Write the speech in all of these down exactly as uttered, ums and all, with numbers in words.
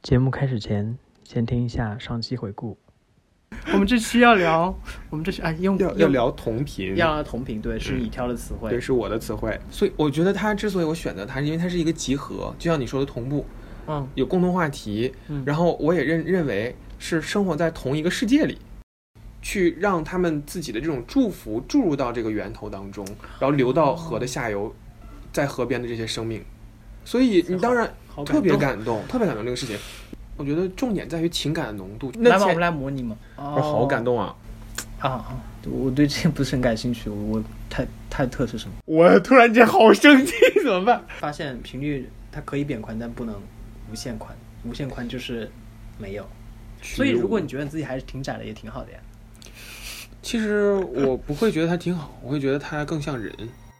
节目开始前，先听一下上期回顾。 我们这期要聊，我们这期啊用要要聊同频， 要聊同频，对，是你挑的词汇， 对，是我的词汇。所以我觉得它之所以我选择它，是因为它是一个集合，就像你说的同步， 嗯， 有共同话题， 嗯， 然后我也认认为是生活在同一个世界里，去让他们自己的这种祝福注入到这个源头当中，然后流到河的下游，在河边的这些生命。所以你当然特别感动，特别感动这个事情。我觉得重点在于情感的浓度。 来吧，我们来模拟嘛。 哦，好感动啊！ 啊啊！我对这不是很感兴趣，我我太太特是什么？ 我突然间好生气，怎么办？ 发现频率它可以变宽，但不能无限宽，无限宽就是没有。所以如果你觉得自己还是挺窄的，也挺好的呀。 其实我不会觉得它挺好，我会觉得它更像人。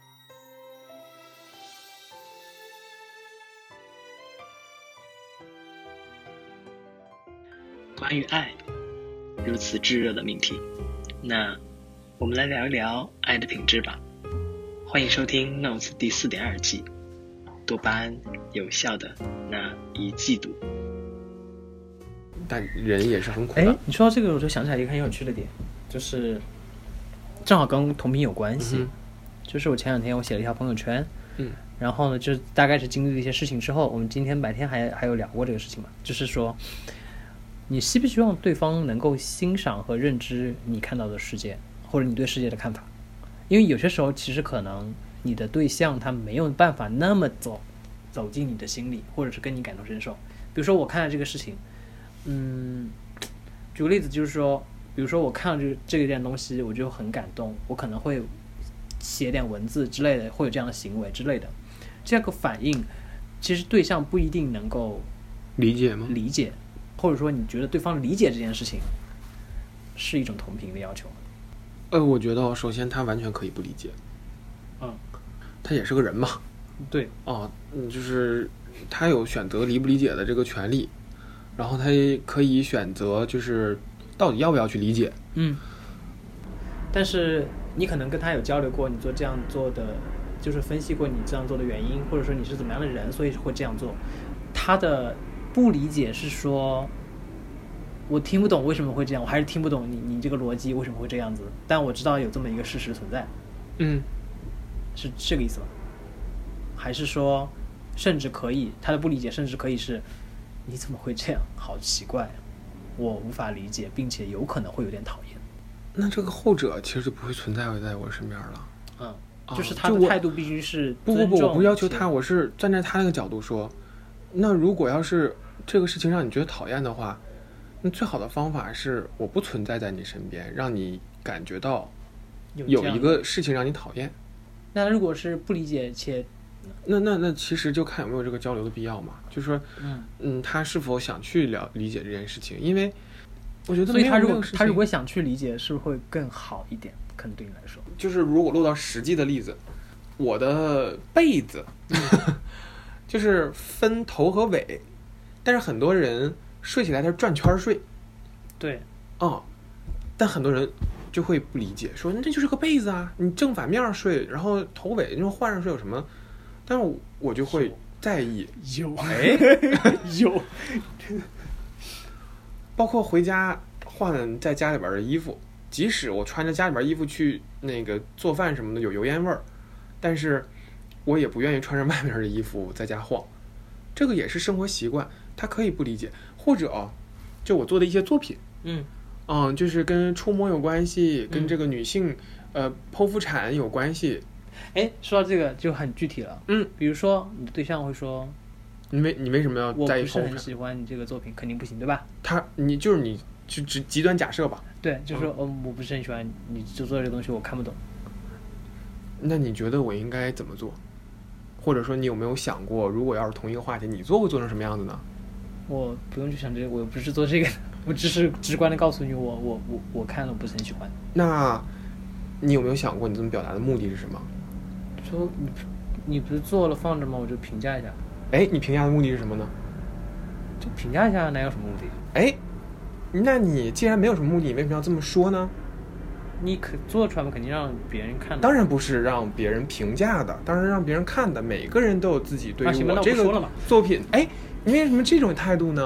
关于爱，如此炙热的命题，那我们来聊一聊爱的品质吧。欢迎收听 Notes 第四点二季，多巴胺有效的那一季度。 但人也是很苦的。 哎，你说到这个，我就想起来一个很有趣的点，就是正好跟同频有关系。嗯、就是我前两天我写了一条朋友圈， 嗯， 然后呢，就大概是经历了一些事情之后，我们今天白天还还有聊过这个事情嘛，就是说。你希不希望对方能够欣赏和认知你看到的世界，或者你对世界的看法？因为有些时候其实可能你的对象他没有办法那么走走进你的心里，或者是跟你感同身受。比如说我看了这个事情，嗯，举个例子就是说，比如说我看了这这一件东西，我就很感动，我可能会写点文字之类的，会有这样的行为之类的。这个反应，其实对象不一定能够理解吗？ 理解。或者说你觉得对方理解这件事情是一种同频的要求吗？ 呃，我觉得首先他完全可以不理解， 嗯， 他也是个人嘛， 对， 哦，嗯，就是他有选择理不理解的这个权利，然后他可以选择就是到底要不要去理解， 嗯，但是你可能跟他有交流过，你做这样做的就是分析过你这样做的原因，或者说你是怎么样的人，所以会这样做，他的不理解是说我听不懂为什么会这样，我还是听不懂你你这个逻辑为什么会这样子，但我知道有这么一个事实存在， 嗯， 是这个意思吗？还是说甚至可以他的不理解甚至可以是你怎么会这样，好奇怪，我无法理解，并且有可能会有点讨厌。 那这个后者其实就不会存在在我身边了。 嗯，就是他的态度必须是不不不，我不要求他，我是站在他那个角度说，那如果要是这个事情让你觉得讨厌的话，那最好的方法是我不存在在你身边，让你感觉到有一个事情让你讨厌。 那如果是不理解且那那那其实就看有没有这个交流的必要嘛，就是说嗯嗯，他是否想去了理解这件事情，因为我觉得所以他如果他如果想去理解，是不是会更好一点？可能对你来说， 就是如果落到实际的例子，我的被子就是分头和尾，但是很多人睡起来他是转圈睡， 对， 哦，但很多人就会不理解，说那这就是个被子啊，你正反面睡，然后头尾你说换上睡有什么？但是我就会在意， 有哎有， 包括回家换在家里边的衣服，即使我穿着家里边衣服去那个做饭什么的有油烟味儿，但是我也不愿意穿着外面的衣服在家晃，这个也是生活习惯，他可以不理解，或者啊，就我做的一些作品， 嗯嗯，就是跟触摸有关系，跟这个女性、嗯、呃剖腹产有关系。 哎，说到这个就很具体了， 嗯， 比如说你的对象会说， 你为你为什么要在意剖腹产？ 我不是很喜欢你这个作品，肯定不行，对吧？ 他你就是你就极极端假设吧， 对，就是说，嗯，我不是很喜欢你就做这个东西，我看不懂。 那你觉得我应该怎么做？或者说你有没有想过，如果要是同一个话题，你做会做成什么样子呢？ 我不用去想这个，我又不是做这个，我只是直观的告诉你，我我我我看了不是很喜欢。 那你有没有想过，你这么表达的目的是什么？ 说你你不是做了放着吗？我就评价一下。 哎，你评价的目的是什么呢？ 就评价一下，哪有什么目的？ 哎，那你既然没有什么目的，你为什么要这么说呢？ 你可做出来吗？肯定让别人看的。 当然不是让别人评价的，当然让别人看的。每个人都有自己对于我这个作品，哎，你为什么这种态度呢？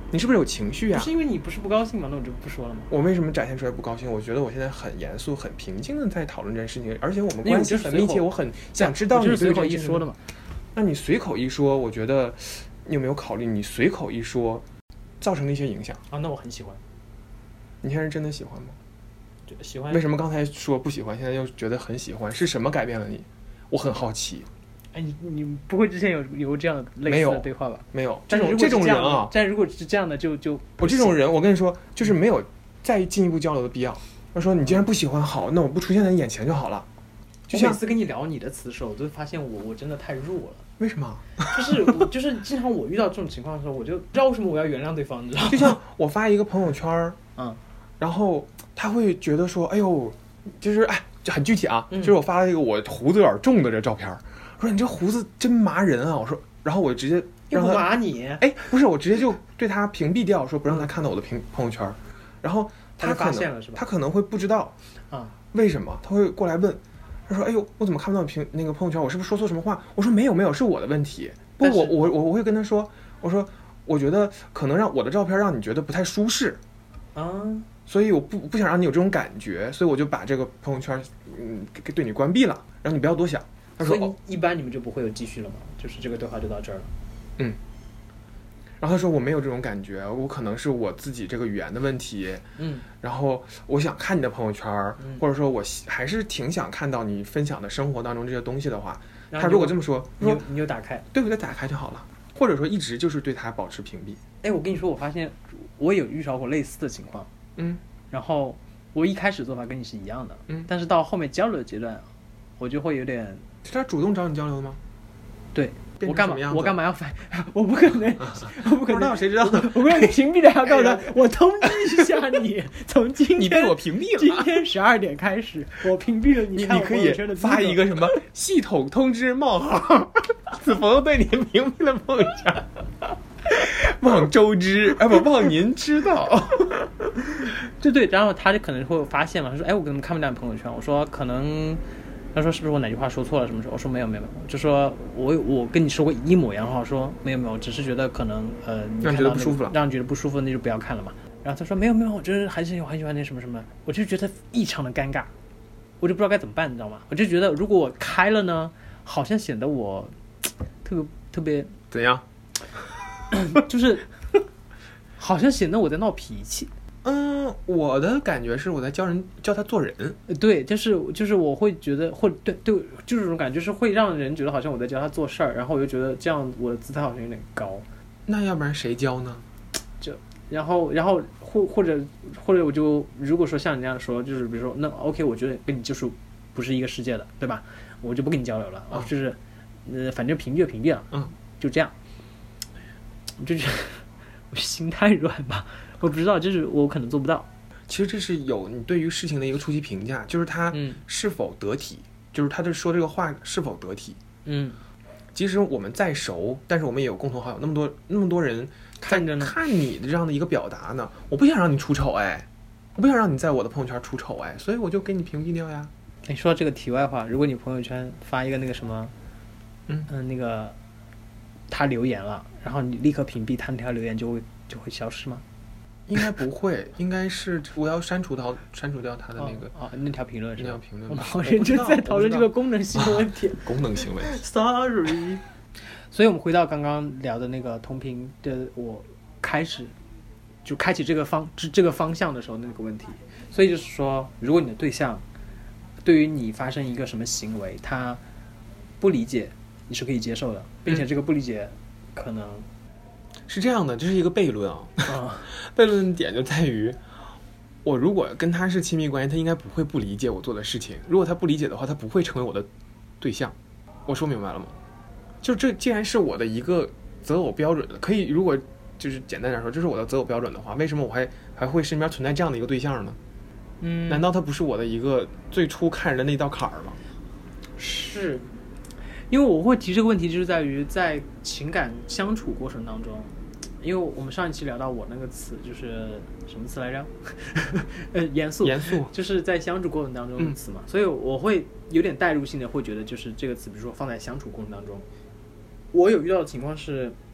你是不是有情绪啊？ 不是因为你不是不高兴吗？那我就不说了嘛。 我为什么展现出来不高兴？我觉得我现在很严肃、很平静的在讨论这件事情，而且我们关系很密切，我很想知道你对随口一说的嘛。 那你随口一说，我觉得你有没有考虑你随口一说造成的一些影响啊？那我很喜欢。 你现在是真的喜欢吗？ 喜欢。 为什么刚才说不喜欢，现在又觉得很喜欢？是什么改变了你？我很好奇。 哎，你你不会之前有有这样类似的对话吧？ 没有， 这种这种人啊， 但如果是这样的，就就我这种人，我跟你说，就是没有再进一步交流的必要。他说你既然不喜欢，好，那我不出现在你眼前就好了。就像每次跟你聊你的词的时候，我都发现我我真的太弱了。 为什么？ 就是我就是经常我遇到这种情况的时候，我就不知道为什么我要原谅对方，你知道吗？ 就像我发一个朋友圈， 嗯， 然后他会觉得说，哎呦，就是哎，就很具体啊， 嗯、 就是我发了一个我胡子有点重的这照片。说你这胡子真麻人啊！我说，然后我直接让他麻你， 哎，不是，我直接就对他屏蔽掉，说不让他看到我的屏朋友圈。然后他可能他可能会不知道啊， 为什么他会过来问，他说，哎呦，我怎么看不到屏那个朋友圈？我是不是说错什么话？我说没有没有，是我的问题。不，我我我我会跟他说，我说我觉得可能让我的照片让你觉得不太舒适啊， 所以我不不想让你有这种感觉，所以我就把这个朋友圈嗯对你关闭了，然后你不要多想。他说：“ 所以一般你们就不会有继续了吗？就是这个对话就到这儿了。” 嗯。然后他说：“我没有这种感觉，我可能是我自己这个语言的问题。” 嗯。 然后我想看你的朋友圈， 嗯、 或者说我还是挺想看到你分享的生活当中这些东西的话，他如果这么说， 你你就打开， 对，我就打开就好了。或者说一直就是对他保持屏蔽。 哎，我跟你说，我发现我有遇到过类似的情况。 嗯。 然后我一开始做法跟你是一样的。 嗯。 但是到后面交流的阶段，我就会有点。 是他主动找你交流的吗？ 对，我干嘛？我干嘛要反？我不可能，我不可能， 谁知道？ 我不让你屏蔽了，要告诉他，我通知一下你，从今天你被我屏蔽了。 今天十二点开始，我屏蔽了你。 你可以发一个什么系统通知冒号，此朋友对你屏蔽了朋友圈，望周知，哎不，望您知道。 对对，然后他就可能会发现嘛，他说，哎，我怎么看不到你朋友圈？我说可能。他说是不是我哪句话说错了什么时候？我说没有没有，就说我我跟你说过一模一样的话，我说没有没有，只是觉得可能呃你看到、那个、 让你觉得不舒服了， 让你觉得不舒服那就不要看了嘛。然后他说没有没有，我真的还是很喜欢那什么什么，我就觉得异常的尴尬，我就不知道该怎么办，你知道吗？我就觉得如果我开了呢，好像显得我特别特别怎样， 就是好像显得我在闹脾气。 嗯，我的感觉是我在教人教他做人， 对，就是就是我会觉得，或对对，就是这种感觉，就是会让人觉得好像我在教他做事儿，然后我就觉得这样我的姿态好像有点高。 那要不然谁教呢？ 就然后然后或或者或者我就如果说像你这样说，就是比如说那 OK， 我觉得跟你就是不是一个世界的，对吧？我就不跟你交流了， 嗯、 就是呃反正屏蔽就屏蔽了， 嗯， 就这样。就是我心太软吧。我不知道，就是我可能做不到。 其实这是有你对于事情的一个初级评价，就是他是否得体，嗯、就是他这说这个话是否得体。 嗯， 即使我们再熟，但是我们也有共同好友，那么多那么多人看着呢， 看你的这样的一个表达呢，我不想让你出丑哎，我不想让你在我的朋友圈出丑哎，所以我就给你屏蔽掉呀。 你说这个题外话，如果你朋友圈发一个那个什么， 嗯嗯、呃，那个他留言了，然后你立刻屏蔽他那条留言就会就会消失吗？ 应该不会，应该是我要删除掉删除掉他的那个哦，哦那条评论是那条评论。 我们好认真在讨论这个功能性的问题。 功能性问题 ，sorry。所以我们回到刚刚聊的那个同频的，我开始就开启这个方这个方向的时候那个问题。所以就是说，如果你的对象对于你发生一个什么行为，他不理解，你是可以接受的，并且这个不理解可能。 是这样的，这是一个悖论啊。 哦、 悖论点就在于，我如果跟他是亲密关系，他应该不会不理解我做的事情。如果他不理解的话，他不会成为我的对象。我说明白了吗？就这既然是我的一个择偶标准的，可以如果就是简单点说，这是我的择偶标准的话，为什么我还还会身边存在这样的一个对象呢？ 嗯， 难道他不是我的一个最初看人的那道坎儿吗？ 是。因为我会提这个问题，就是在于在情感相处过程当中，因为我们上一期聊到我那个词就是什么词来着？呃，严肃， 严肃， 就是在相处过程当中的词嘛，嗯、所以我会有点代入性的会觉得，就是这个词，比如说放在相处过程当中，我有遇到的情况是，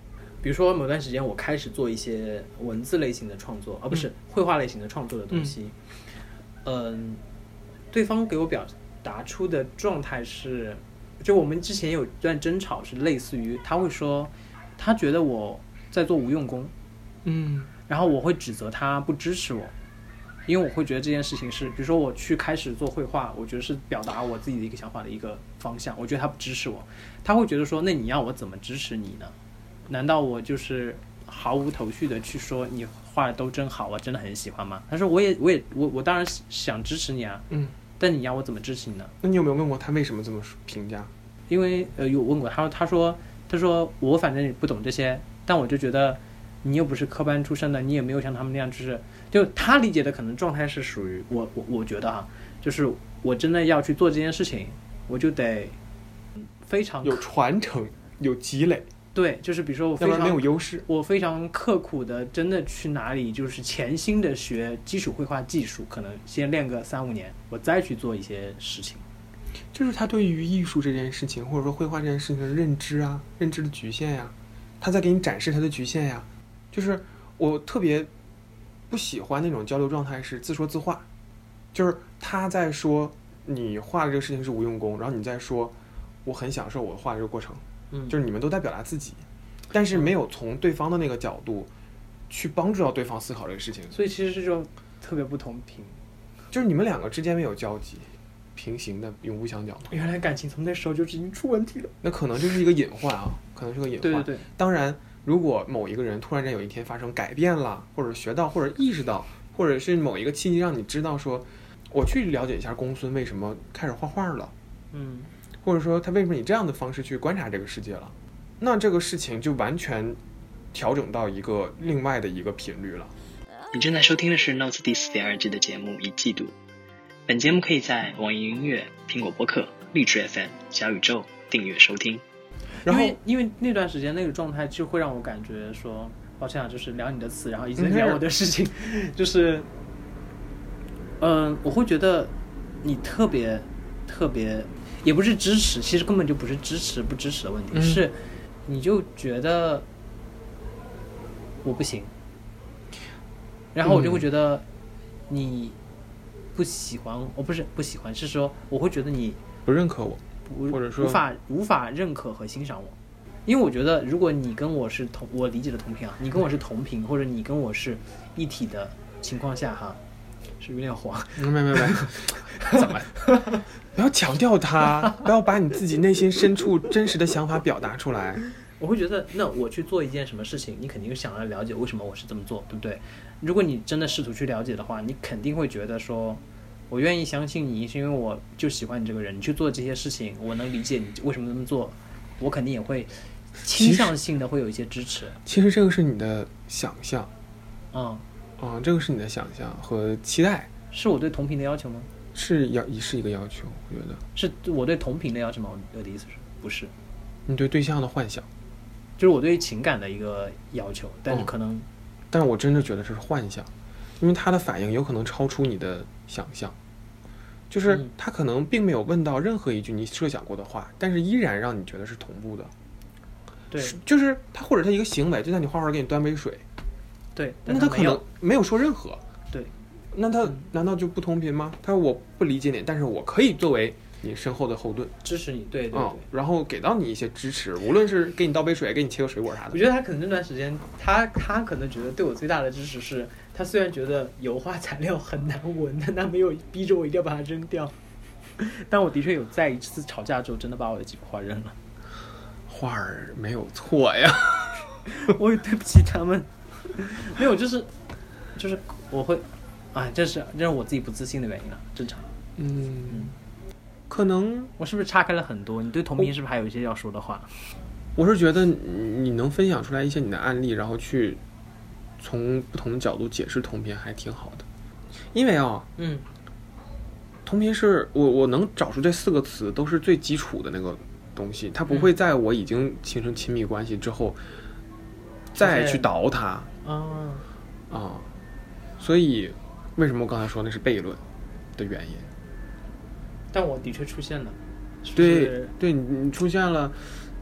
比如说某段时间我开始做一些文字类型的创作，而、啊、不是绘画类型的创作的东西，嗯、呃，对方给我表达出的状态是，就我们之前有一段争吵是类似于他会说他觉得我在做无用功， 嗯， 然后我会指责他不支持我，因为我会觉得这件事情是，比如说我去开始做绘画，我觉得是表达我自己的一个想法的一个方向，我觉得他不支持我，他会觉得说那你要我怎么支持你呢？难道我就是毫无头绪的去说你画的都真好，我真的很喜欢吗？他说我也我也我我当然想支持你啊， 嗯， 但你要我怎么支持你呢？ 那你有没有问过他为什么这么评价？ 因为呃有问过他，他说他说我反正也不懂这些，但我就觉得你又不是科班出身的，你也没有像他们那样，就是就他理解的可能状态是属于我我我觉得啊，就是我真的要去做这件事情，我就得非常有传承，有积累。 对，就是比如说我非常要不然没有优势， 我非常刻苦的，真的去哪里就是潜心的学基础绘画技术，可能先练个三五年，我再去做一些事情。 就是他对于艺术这件事情，或者说绘画这件事情的认知啊，认知的局限呀，他在给你展示他的局限呀。就是我特别不喜欢那种交流状态是自说自话，就是他在说你画的这个事情是无用功，然后你在说我很享受我画的这个过程。 嗯， 就是你们都在表达自己，但是没有从对方的那个角度去帮助到对方思考这个事情， 所以其实这种特别不同频， 就是你们两个之间没有交集，平行的永不相交嘛。 原来感情从那时候就已经出问题了。 那可能就是一个隐患啊，可能是个隐患。 对对对。 当然，如果某一个人突然间有一天发生改变了，或者学到，或者意识到，或者是某一个契机让你知道说，我去了解一下公孙为什么开始画画了， 嗯。 或者说他为什么以这样的方式去观察这个世界了，那这个事情就完全调整到一个另外的一个频率了。 你正在收听的是 Notes 第四点二季的节目《一季度》，本节目可以在网易云音乐、苹果播客、荔枝 F M、小宇宙订阅收听。 然后因为因为那段时间那个状态就会让我感觉说，抱歉啊，就是聊你的词，然后一直在聊我的事情，就是嗯、呃，我会觉得你特别特别。也不是支持，其实根本就不是支持不支持的问题，嗯、是你就觉得我不行，然后我就会觉得你不喜欢我，我不是不喜欢，是说我会觉得你不认可我， 或者说无法无法认可和欣赏我，因为我觉得如果你跟我是同我理解的同频啊，你跟我是同频，或者你跟我是一体的情况下哈，是有点黄， 没没没，怎么？不要强调它，不要把你自己内心深处真实的想法表达出来。 我会觉得，那我去做一件什么事情，你肯定想要了解为什么我是这么做，对不对？如果你真的试图去了解的话，你肯定会觉得说，我愿意相信你，是因为我就喜欢你这个人，你去做这些事情，我能理解你为什么这么做，我肯定也会倾向性的会有一些支持。 其实这个是你的想象， 嗯， 啊，这个是你的想象和期待， 是我对同频的要求吗？ 是要是一个要求，我觉得是我对同频的要求吗？我的意思是不是？ 你对对象的幻想， 就是我对情感的一个要求，但是可能，哦、 但是我真的觉得这是幻想，因为他的反应有可能超出你的想象，就是他可能并没有问到任何一句你设想过的话，但是依然让你觉得是同步的。 对， 就是他或者他一个行为，就像你画画给你端杯水， 对， 那他可能没有说任何。 对。 那他难道就不同频吗？他说我不理解你，但是我可以作为你身后的后盾， 支持你，对对对、嗯， 然后给到你一些支持，无论是给你倒杯水，给你切个水果啥的。 我觉得他可能那段时间，他他可能觉得对我最大的支持是，他虽然觉得油画材料很难闻，但他没有逼着我一定要把它扔掉。但我的确有在一次吵架之后，真的把我的几幅画扔了。 画儿没有错呀， 我也对不起他们。没有，就是就是我会。啊，这是这是我自己不自信的原因了，正常。 嗯，嗯可能我是不是岔开了很多？你对同频是不是还有一些要说的话？ 我是觉得你能分享出来一些你的案例，然后去从不同的角度解释同频，还挺好的。因为啊， 嗯， 同频是我我能找出这四个词都是最基础的那个东西，它不会在我已经形成亲密关系之后、嗯、再去倒它。 啊啊，所以。为什么我刚才说那是悖论的原因？ 但我的确出现了， 对对，你出现了，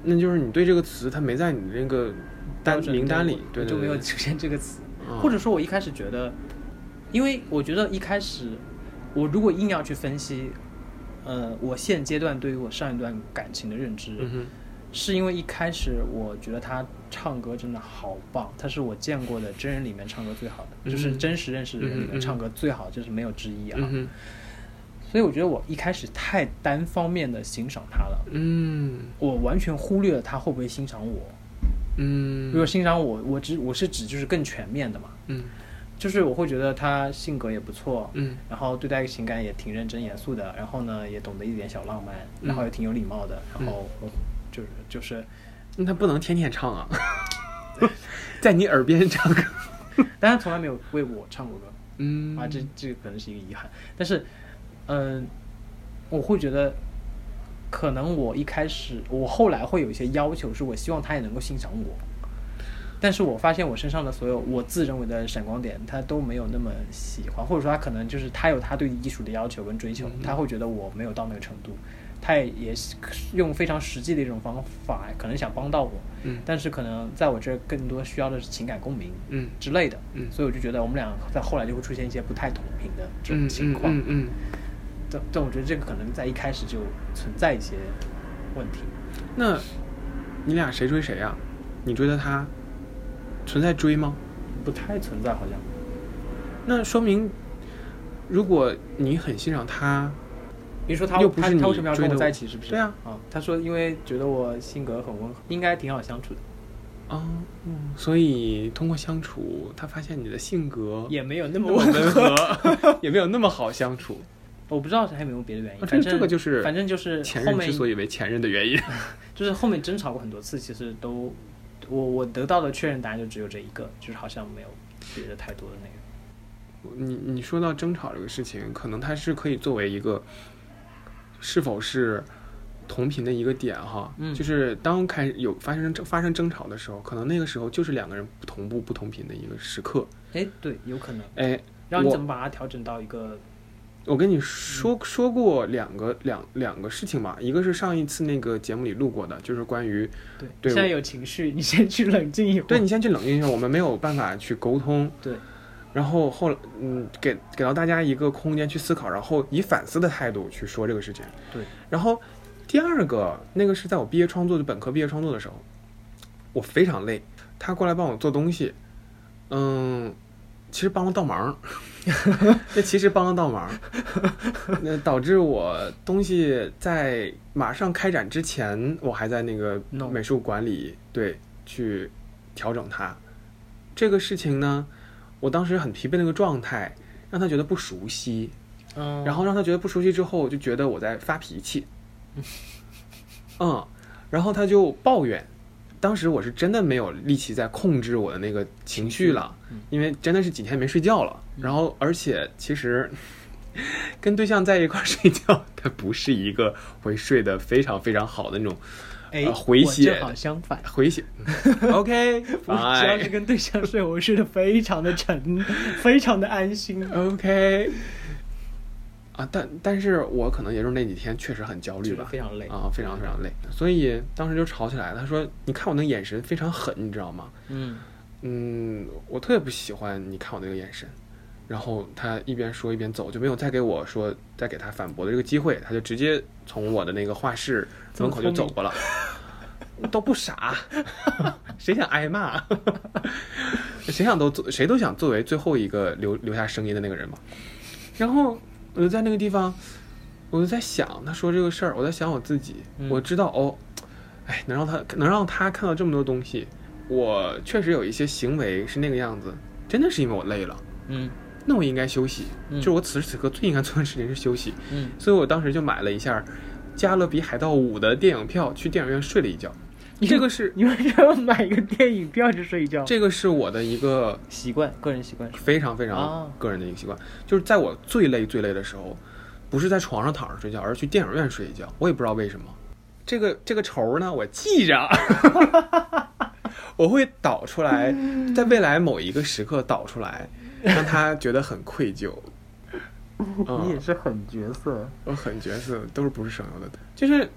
那就是你对这个词它没在你的那个单名单里，对， 就没有出现这个词。或者说我一开始觉得，因为我觉得一开始我如果硬要去分析呃我现阶段对于我上一段感情的认知、 嗯、 是因为一开始我觉得他唱歌真的好棒，他是我见过的真人里面唱歌最好的、嗯、就是真实认识的人里面唱歌最好，就是没有之一啊、 嗯、 所以我觉得我一开始太单方面的欣赏他了， 嗯， 我完全忽略了他会不会欣赏我。 嗯， 如果欣赏我，我只我是指就是更全面的嘛， 嗯， 就是我会觉得他性格也不错， 嗯， 然后对待情感也挺认真严肃的，然后呢也懂得一点小浪漫，然后也挺有礼貌的，嗯、然后就是就是， 那他不能天天唱啊，在你耳边唱歌， 但他从来没有为我唱过歌， 嗯啊，这这可能是一个遗憾，但是，嗯、呃，我会觉得。可能我一开始我后来会有一些要求，是我希望他也能够欣赏我，但是我发现我身上的所有我自认为的闪光点他都没有那么喜欢，或者说他可能就是他有他对艺术的要求跟追求、嗯、他会觉得我没有到那个程度，他也也用非常实际的一种方法可能想帮到我、 嗯、 但是可能在我这更多需要的是情感共鸣嗯之类的、 嗯、 所以我就觉得我们俩在后来就会出现一些不太同频的这种情况。 嗯嗯嗯嗯但但我觉得这个可能在一开始就存在一些问题。 那你俩谁追谁啊？你追的他存在追吗？ 不太存在好像。 那说明如果你很欣赏他， 比如说他又不是你他为什么要跟我在一起，是不是？ 对啊、 哦、他说因为觉得我性格很温和，应该挺好相处的。 哦，嗯，所以通过相处他发现你的性格也没有那么温和也没有那么好相处。 我不知道还有没有别的原因， 啊、这这个就是反正就是前任之所以为前任的原因， 就是后面争吵过很多次，其实都我我得到的确认答案就只有这一个，就是好像没有别的太多的那个。 你你说到争吵这个事情，可能它是可以作为一个是否是同频的一个点哈， 嗯， 就是当开始有发生发生争吵的时候，可能那个时候就是两个人不同步不同频的一个时刻。 哎，对，有可能。 哎， 然后你怎么把它调整到一个？ 我跟你说说过两个两两个事情吧，一个是上一次那个节目里录过的，就是关于对， 对现在有情绪，你先去冷静一会儿。 对，你先去冷静一下，我们没有办法去沟通。 对， 然后后嗯，给给到大家一个空间去思考，然后以反思的态度去说这个事情。 对， 然后第二个那个是在我毕业创作的本科毕业创作的时候，我非常累，他过来帮我做东西，嗯。其实帮了倒忙，这其实帮了倒忙，那导致我东西在马上开展之前，我还在那个美术馆里对去调整它。这个事情呢，我当时很疲惫那个状态，让他觉得不熟悉， 嗯， 然后让他觉得不熟悉之后，就觉得我在发脾气，嗯，然后他就抱怨。当时我是真的没有力气在控制我的那个情绪了，因为真的是几天没睡觉了。然后，而且其实跟对象在一块睡觉，它不是一个会睡得非常非常好的那种， 哎、 呃，回血。 我正好相反， 回血。OK， 我只要是跟对象睡，我睡得非常的沉，非常的安心。 OK。啊，但但是我可能也就是那几天确实很焦虑吧， 非常累啊，非常非常累，所以当时就吵起来了。他说：“你看我那个眼神非常狠，你知道吗？” 嗯嗯，我特别不喜欢你看我那个眼神。然后他一边说一边走，就没有再给我说再给他反驳的这个机会，他就直接从我的那个画室门口就走过了，都不傻，谁想挨骂？谁想都谁都想作为最后一个留留下声音的那个人嘛。然后。我就在那个地方，我就在想他说这个事儿，我在想我自己， 嗯、 我知道哦，哎，能让他能让他看到这么多东西，我确实有一些行为是那个样子，真的是因为我累了， 嗯， 那我应该休息， 嗯、 就是我此时此刻最应该做的事情是休息， 嗯， 所以我当时就买了一下《加勒比海盗五》的电影票，去电影院睡了一觉。这个是你为什么要买一个电影票去睡觉？ 这个是我的一个习惯，个人习惯， 非常非常个人的一个习惯、啊。就是在我最累最累的时候，不是在床上躺着睡觉，而是去电影院睡一觉。我也不知道为什么。这个这个仇呢，我记着，我会导出来，在未来某一个时刻导出来，让他觉得很愧疚。 嗯、你也是狠角色， 我狠角色都是不是省油的，就是。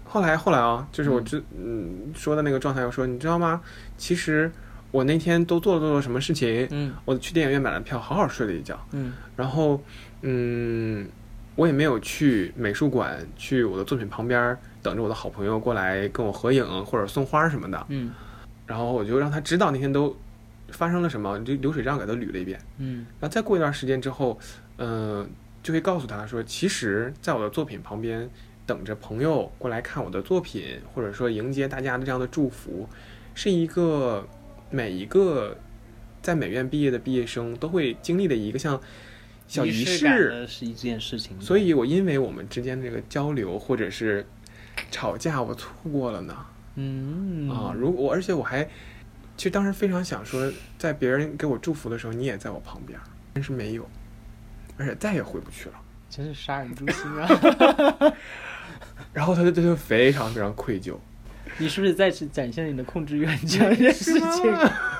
后来后来啊，就是我知嗯说的那个状态，我说你知道吗？其实我那天都做了做了什么事情？ 嗯， 我去电影院买了票，好好睡了一觉。 嗯， 然后嗯，我也没有去美术馆，去我的作品旁边等着我的好朋友过来跟我合影或者送花什么的。 嗯， 然后我就让他知道那天都发生了什么，就流水账给他捋了一遍。 嗯， 然后再过一段时间之后，嗯、呃，就会告诉他说，其实在我的作品旁边等着朋友过来看我的作品，或者说迎接大家的这样的祝福，是一个每一个在美院毕业的毕业生都会经历的一个像小仪式， 的是一件事情。 所以我因为我们之间的这个交流或者是吵架，我错过了呢。 嗯啊，如果我而且我还其实当时非常想说，在别人给我祝福的时候，你也在我旁边，但是没有，而且再也回不去了。 真是杀人诛心啊！ 然后他就他就非常非常愧疚。 你是不是再次展现了你的控制欲很强这件事情？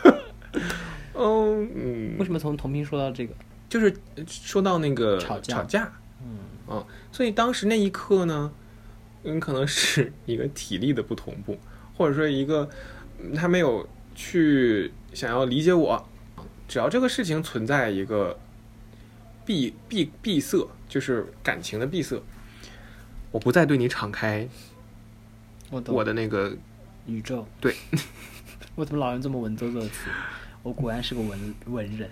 嗯嗯。 为什么从同频说到这个？ 就是说到那个吵架， 吵架， 嗯啊，所以当时那一刻呢，嗯，可能是一个体力的不同步，或者说一个他没有去想要理解我。只要这个事情存在一个闭闭闭塞，就是感情的闭塞，我不再对你敞开我我的那个宇宙。 对， 我怎么老用这么文绉绉的词？我果然是个文文人。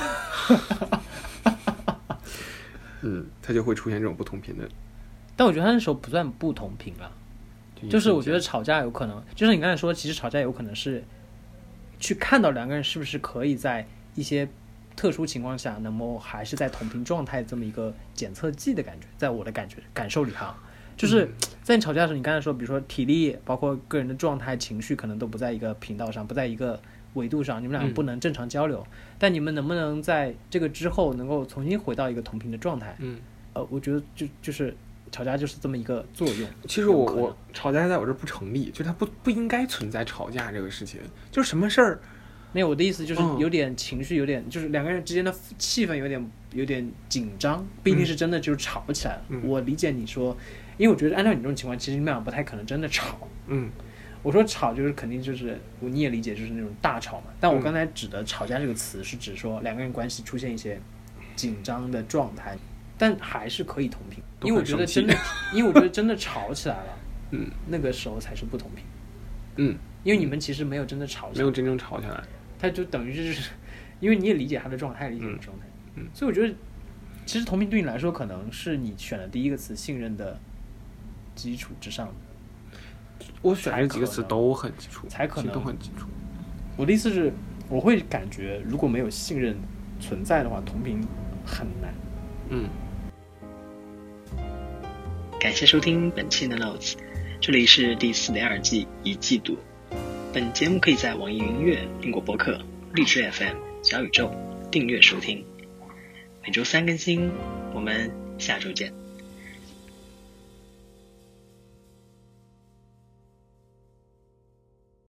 嗯，他就会出现这种不同频的。 但我觉得他那时候不算不同频了，就是我觉得吵架有可能，就是你刚才说，其实吵架有可能是去看到两个人是不是可以在一些特殊情况下，那么还是在同频状态这么一个检测剂的感觉，在我的感觉感受里哈，就是在你吵架的时候，你刚才说，比如说体力，包括个人的状态、情绪，可能都不在一个频道上，不在一个维度上，你们俩不能正常交流。嗯、但你们能不能在这个之后能够重新回到一个同频的状态？ 嗯， 呃，我觉得就就是吵架就是这么一个作用。 其实我我吵架在我这不成立，就它不不应该存在吵架这个事情，就是什么事儿。 没有，我的意思就是有点情绪，有点、嗯、就是两个人之间的气氛有点有点紧张，不一定是真的就是吵起来了。嗯、我理解你说，因为我觉得按照你这种情况，其实你们俩不太可能真的吵。 嗯， 我说吵就是肯定就是你也理解就是那种大吵嘛，但我刚才指的吵架这个词是指说两个人关系出现一些紧张的状态，但还是可以同频，因为我觉得真的，因为我觉得真的吵起来了， 嗯， 那个时候才是不同频。 嗯， 因为你们其实没有真的吵起来， 没有真正吵起来。 他就等于是，因为你也理解他的状态，理解你的状态，嗯，所以我觉得，其实同频对你来说，可能是你选的第一个词信任的基础之上的。 我选这几个词都很基础， 才可能都很基础。 我的意思是，我会感觉如果没有信任存在的话，同频很难。 嗯。 感谢收听本期的 Notes， 这里是第四点二季一季度。本节目可以在网易云音乐、苹果播客、荔枝 F M、小宇宙订阅收听，每周三更新。我们下周见。